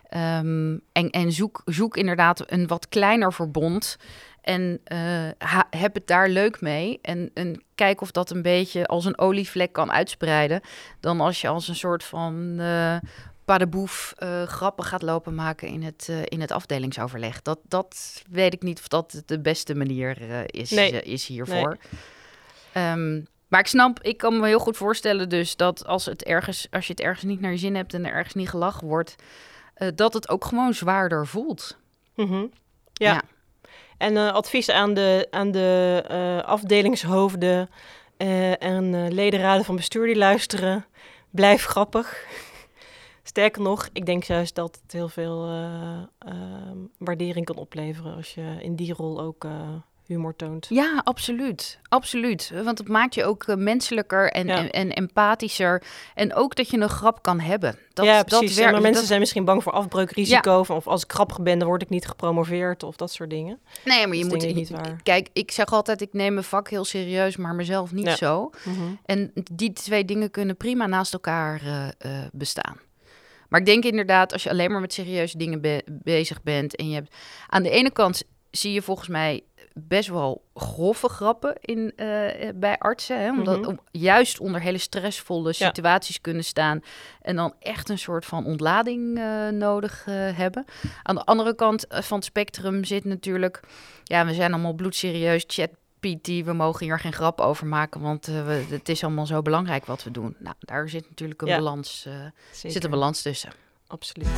Um, en en zoek, zoek inderdaad een wat kleiner verbond. En uh, ha, heb het daar leuk mee. En, en kijk of dat een beetje als een olievlek kan uitspreiden. Dan als je als een soort van... Uh, paddenboef uh, grappen gaat lopen maken in het, uh, in het afdelingsoverleg. Dat, dat weet ik niet of dat de beste manier uh, is, nee. uh, is hiervoor. Nee. Um, maar ik snap, ik kan me heel goed voorstellen dus dat als, het ergens, als je het ergens niet naar je zin hebt en er ergens niet gelachen wordt, uh, dat het ook gewoon zwaarder voelt. Mm-hmm. Ja. ja. En uh, advies aan de, aan de uh, afdelingshoofden uh, en uh, ledenraden van bestuur die luisteren. Blijf grappig. Sterker nog, ik denk juist dat het heel veel uh, uh, waardering kan opleveren als je in die rol ook uh, humor toont. Ja, absoluut. Absoluut. Want het maakt je ook uh, menselijker en, ja. en, en empathischer. En ook dat je een grap kan hebben. Dat, ja, precies. Dat werkt, maar mensen dat... zijn misschien bang voor afbreukrisico. Ja. Van of als ik grappig ben, dan word ik niet gepromoveerd of dat soort dingen. Nee, maar je dat moet... niet waar. Kijk, ik zeg altijd, ik neem mijn vak heel serieus, maar mezelf niet ja. zo. Mm-hmm. En die twee dingen kunnen prima naast elkaar uh, uh, bestaan. Maar ik denk inderdaad, als je alleen maar met serieuze dingen be- bezig bent... en je hebt... Aan de ene kant zie je volgens mij best wel grove grappen in, uh, bij artsen. Hè? Omdat mm-hmm. om, juist onder hele stressvolle situaties ja. kunnen staan... en dan echt een soort van ontlading uh, nodig uh, hebben. Aan de andere kant van het spectrum zit natuurlijk... ja, we zijn allemaal bloedserieus, chat... P T, we mogen hier geen grap over maken, want uh, we, het is allemaal zo belangrijk wat we doen. Nou, daar zit natuurlijk een, ja, balans, uh, zit een balans tussen. Absoluut.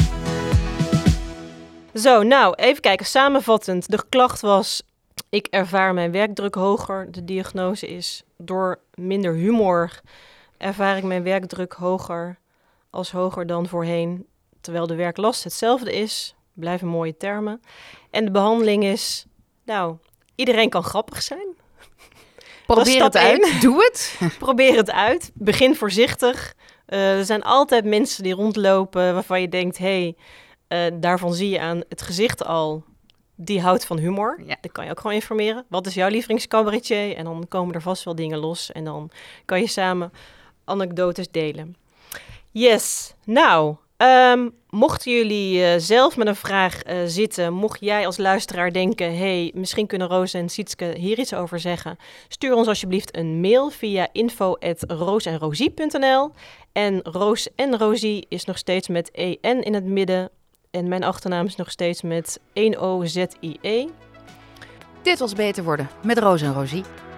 Zo, nou, even kijken. Samenvattend. De klacht was, ik ervaar mijn werkdruk hoger. De diagnose is, door minder humor ervaar ik mijn werkdruk hoger als hoger dan voorheen. Terwijl de werklast hetzelfde is. Blijven mooie termen. En de behandeling is, nou... Iedereen kan grappig zijn. Probeer het uit. Één. Doe het. Probeer het uit. Begin voorzichtig. Uh, er zijn altijd mensen die rondlopen waarvan je denkt... hé, hey, uh, daarvan zie je aan het gezicht al... die houdt van humor. Ja. Dat kan je ook gewoon informeren. Wat is jouw lievelingscabaretier? En dan komen er vast wel dingen los. En dan kan je samen anekdotes delen. Yes. Nou, um, mochten jullie uh, zelf met een vraag uh, zitten, mocht jij als luisteraar denken, hey, misschien kunnen Roos en Sietske hier iets over zeggen, stuur ons alsjeblieft een mail via info at roos en rosie punt n l. En Roos en Rosie is nog steeds met E N in het midden. En mijn achternaam is nog steeds met één O Z I E. Dit was Beter Worden met Roos en Rosie.